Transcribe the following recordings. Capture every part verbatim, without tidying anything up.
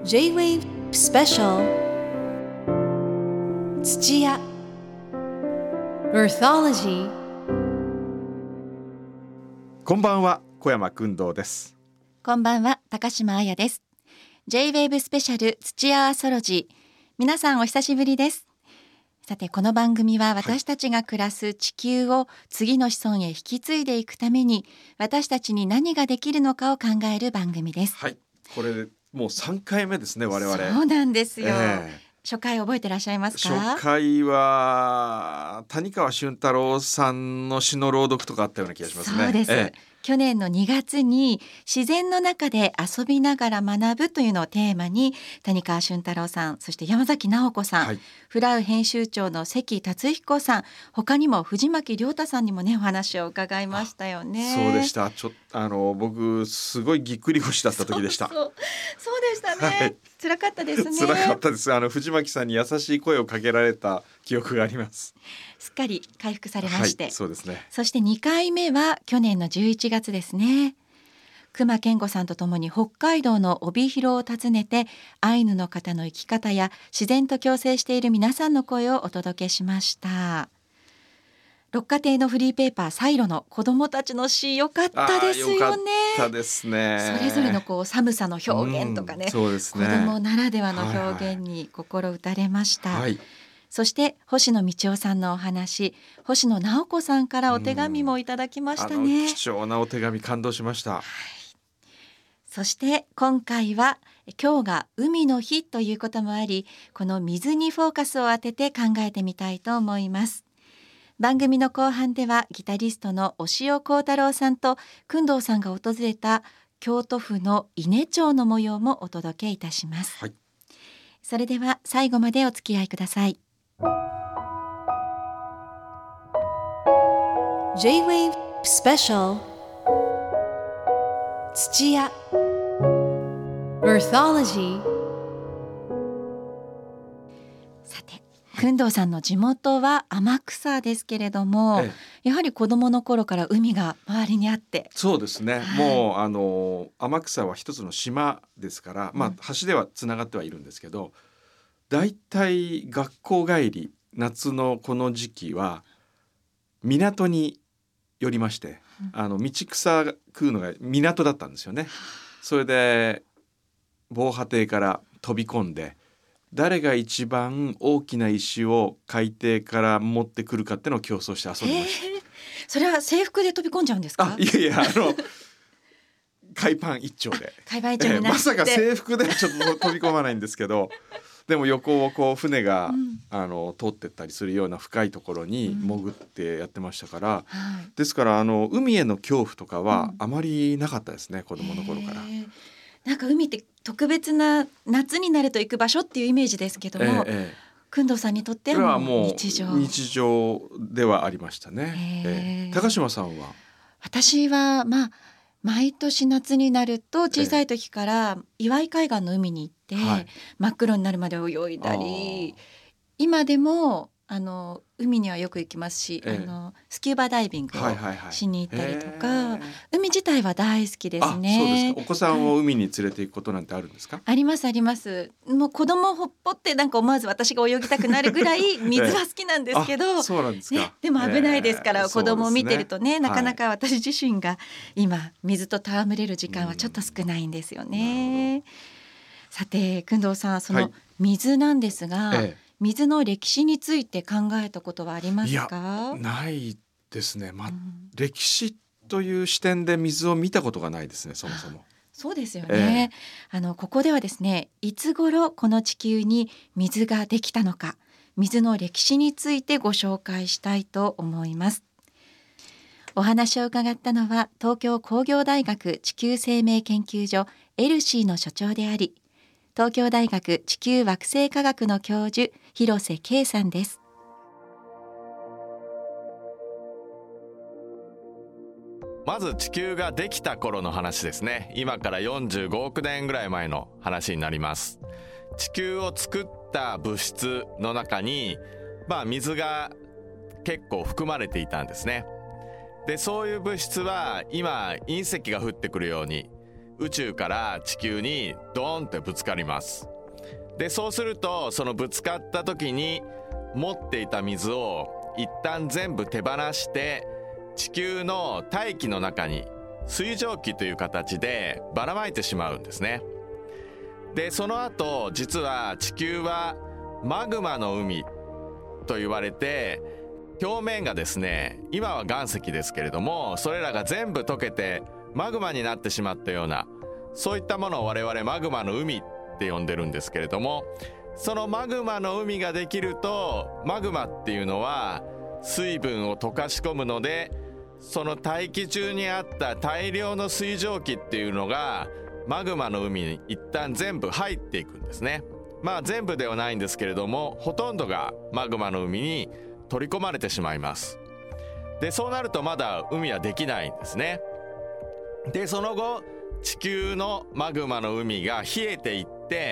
J-Wave Special 土屋 Earthology。 こんばんは、小山君堂です。 こんばんは、高島彩です。 J-Wave スペシャル土屋アーソロジー、皆さんお久しぶりです。さて、この番組は私たちが暮らす地球を次の子孫へ引き継いでいくために、私たちに何ができるのかを考える番組です。 はい、これもうさんかいめですね、我々。 そうなんですよ、 えー初回覚えてらっしゃいますか？ 初回は谷川俊太郎さんの詩の朗読とかあったような気がしますね。 そうです、 ええ、 去年のにがつに自然の中で遊びながら学ぶというのをテーマに、谷川俊太郎さん、そして山崎直子さん、 はい、 フラウ編集長の関達彦さん、他にも藤巻亮太さんにもねお話を伺いましたよね。 そうでした。ちょあの僕すごいぎっくり腰だった時でした。 そうそう、そうでしたね、 はい、 辛かったですね。 辛かったです。あの藤巻さんに優しい声をかけられた記憶があります。 すっかり回復されまして、 はい、そうですね。 そしてにかいめは去年のじゅういちがつですね。隈研吾さんとともに北海道の帯広を訪ねて、アイヌの方の生き方や自然と共生している皆さんの声をお届けしました。六花亭のフリーペーパーサイロの子どもたちの詩、よかったですよね。 よかったですね。 それぞれのこう寒さの表現とかね、 うん、そうですね、 子どもならではの表現に心打たれました。 はいはい、 そして星野道夫さんのお話、星野直子さんからお手紙もいただきましたね。 あの貴重なお手紙、感動しました。はい、 そして今回は今日が海の日ということもあり、この水にフォーカスを当てて考えてみたいと思います。番組の後半ではギタリストの押尾幸太郎さんと工藤さんが訪れた京都府の伊根町の模様もお届けいたします。 はい、 それでは最後までお付き合いください。 J-Wave Special 土屋 Earthology。 さて、工藤さんの地元は天草ですけれども、ええ、やはり子どもの頃から海が周りにあって。 そうですね、はい、もうあの天草は一つの島ですから、まあ、橋ではつながってはいるんですけど、だいたい学校帰り夏のこの時期は港に寄りまして、うん、あの道草食うのが港だったんですよね。それで防波堤から飛び込んで、誰が一番大きな石を海底から持ってくるかっていうのを競争して遊んでました。 それは制服で飛び込んじゃうんですか？ あ、いやいや、あの海パン一丁で海パン一丁になって、 えー、まさか制服ではちょっと飛び込まないんですけどでも横をこう船が、うん、あの通ってったりするような深いところに潜ってやってましたから、うん、はい、ですからあの海への恐怖とかはあまりなかったですね、うん、子供の頃から。 なんか海って特別な夏になると行く場所っていうイメージですけども、ええ、工藤さんにとってはもう日常日常ではありましたね。ええ、高島さんは？ 私はまあ毎年夏になると小さい時から岩井海岸の海に行って、はい、真っ黒になるまで泳いだり、今でもあの海にはよく行きますし、ええ、あのスキューバダイビングをしに行ったりとか、はいはいはい、海自体は大好きですね。 あ、そうですか。お子さんを海に連れて行くことなんてあるんですか？ ありますあります。もう子供をほっぽってなんか思わず私が泳ぎたくなるぐらい水は好きなんですけど、 ええ、そうなんですか、ね、 でも危ないですから、えー、子供を見てるとね、 ね、 なかなか私自身が今水と戯れる時間はちょっと少ないんですよね。さて工藤さん、その水なんですが、はい、ええ、水の歴史について考えたことはありますか？ いや、ないですね、ま、うん、歴史という視点で水を見たことがないですね、そもそも。 そうですよね、えー、あのここではですね、いつ頃この地球に水ができたのか、水の歴史についてご紹介したいと思います。お話を伺ったのは東京工業大学地球生命研究所エルシーの所長であり、東京大学地球惑星科学の教授広瀬圭さんです。 まず地球ができた頃の話ですね。今からよんじゅうごおくねんぐらい前の話になります。地球を作った物質の中に、まあ、水が結構含まれていたんですね。で、そういう物質は今隕石が降ってくるように宇宙から地球にドーンってぶつかります。でそうするとそのぶつかった時に持っていた水を一旦全部手放して地球の大気の中に水蒸気という形でばらまいてしまうんですね。でその後実は地球はマグマの海と言われて、表面がですね今は岩石ですけれどもそれらが全部溶けてマグマになってしまったような、そういったものを我々マグマの海って呼んでるんですけれども、そのマグマの海ができるとマグマっていうのは水分を溶かし込むので、その大気中にあった大量の水蒸気っていうのがマグマの海に一旦全部入っていくんですね。まあ全部ではないんですけれどもほとんどがマグマの海に取り込まれてしまいます。でそうなるとまだ海はできないんですね。でその後地球のマグマの海が冷えていって、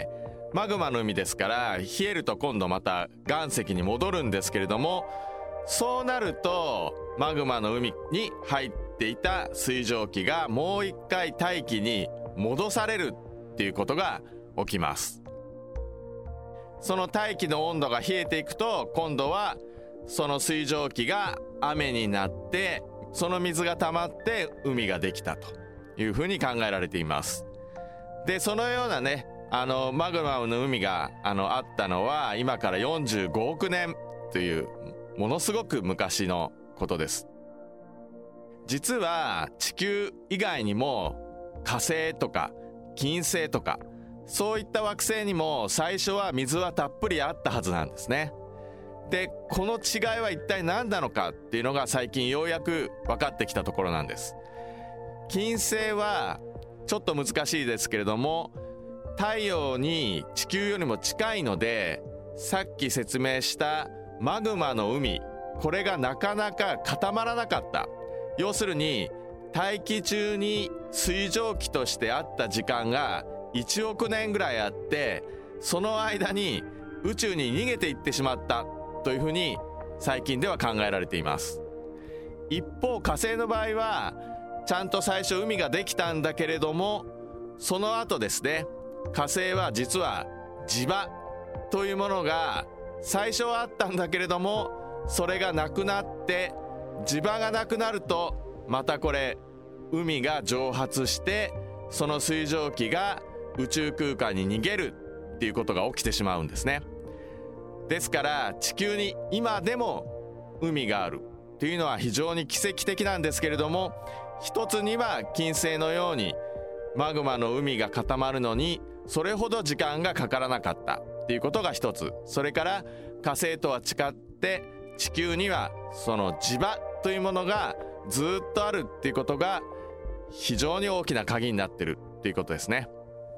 マグマの海ですから冷えると今度また岩石に戻るんですけれども、そうなるとマグマの海に入っていた水蒸気がもう一回大気に戻されるっていうことが起きます。その大気の温度が冷えていくと今度はその水蒸気が雨になってその水が溜まって海ができたというふうに考えられています。でそのようなねあのマグマの海が あのあったのは今からよんじゅうごおくねんというものすごく昔のことです。実は地球以外にも火星とか金星とかそういった惑星にも最初は水はたっぷりあったはずなんですね。でこの違いは一体何なのかっていうのが最近ようやく分かってきたところなんです。金星はちょっと難しいですけれども太陽に地球よりも近いので、さっき説明したマグマの海、これがなかなか固まらなかった。要するに大気中に水蒸気としてあった時間がいちおくねんぐらいあって、その間に宇宙に逃げていってしまったというふうに最近では考えられています。一方火星の場合はちゃんと最初海ができたんだけれども、その後ですね火星は実は磁場というものが最初はあったんだけれどもそれがなくなって、磁場がなくなるとまたこれ海が蒸発してその水蒸気が宇宙空間に逃げるっていうことが起きてしまうんですね。ですから地球に今でも海があるっていうのは非常に奇跡的なんですけれども、一つには金星のようにマグマの海が固まるのにそれほど時間がかからなかったっていうことが一つ。それから火星とは違って地球にはその磁場というものがずっとあるっていうことが非常に大きな鍵になってるっていうことですね。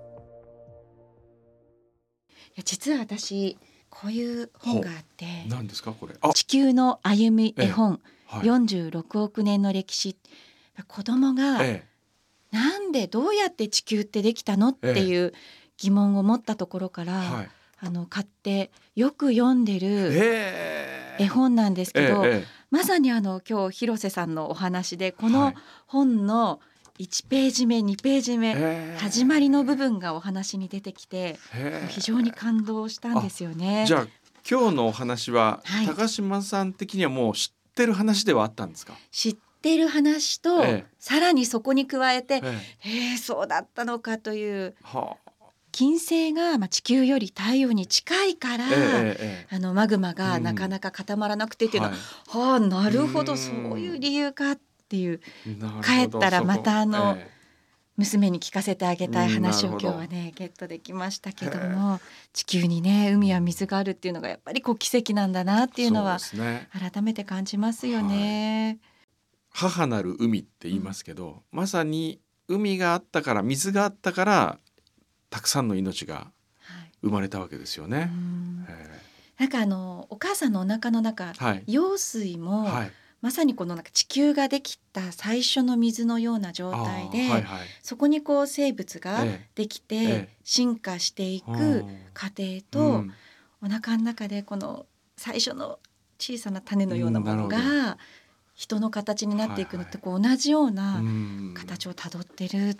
いや実は私こういう本があって、 何ですかこれ？あ地球の歩み絵本、 ええはい、 よんじゅうろくおくねんの歴史。子供が、 ええ、 なんでどうやって地球ってできたのっていう疑問を持ったところから、 はい、 あの買ってよく読んでるええ、 絵本なんですけど、 ええええ、 まさにあの今日広瀬さんのお話でこの本のいちページめにページ目、 ええ、 始まりの部分がお話に出てきてええ、 非常に感動したんですよね。 じゃあ今日のお話は、 はい、 高島さん的にはもう知ってる話ではあったんですか？ 知ってる話と、 ええ、 さらにそこに加えて、 ええー、そうだったのかという、 はあ、 金星が、まあ、地球より太陽に近いから、 ええええ、 あのマグマがうんなかなか固まらなくてっていうのは、 はい、 はあ、なるほど、 うんそういう理由かっていう、 なるほど、 帰ったらまたあの、 ええ、 娘に聞かせてあげたい話をなるほど今日はねゲットできましたけども、地球にね海や水があるっていうのがやっぱりこう奇跡なんだなっていうのはそうですね、 改めて感じますよね。 母なる海って言いますけど、うん、まさに海があったから水があったからたくさんの命が生まれたわけですよね。はい、 なんかあのお母さんのお腹の中、 はい、 羊水も、 はい、 まさにこのなんか地球ができた最初の水のような状態で、 はいはい、 そこにこう生物ができて、 ええ、 進化していく過程と、うん、お腹の中でこの最初の小さな種のようなものが、うん、人の形になっていくのってこう同じような形をたどってるっ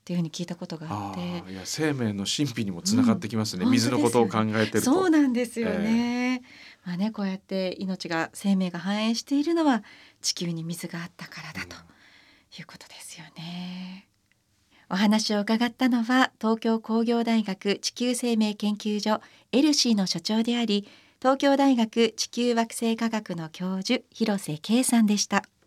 っていうふうに聞いたことがあってあいや生命の神秘にもつながってきますね、 うん、 水のことを考えてると。 そうなんですよね、えー、まあねこうやって命が生命が繁栄しているのは地球に水があったからだということですよね、うん、お話を伺ったのは東京工業大学地球生命研究所エルシーの所長であり東京大学地球惑星科学の教授広瀬圭さんでした。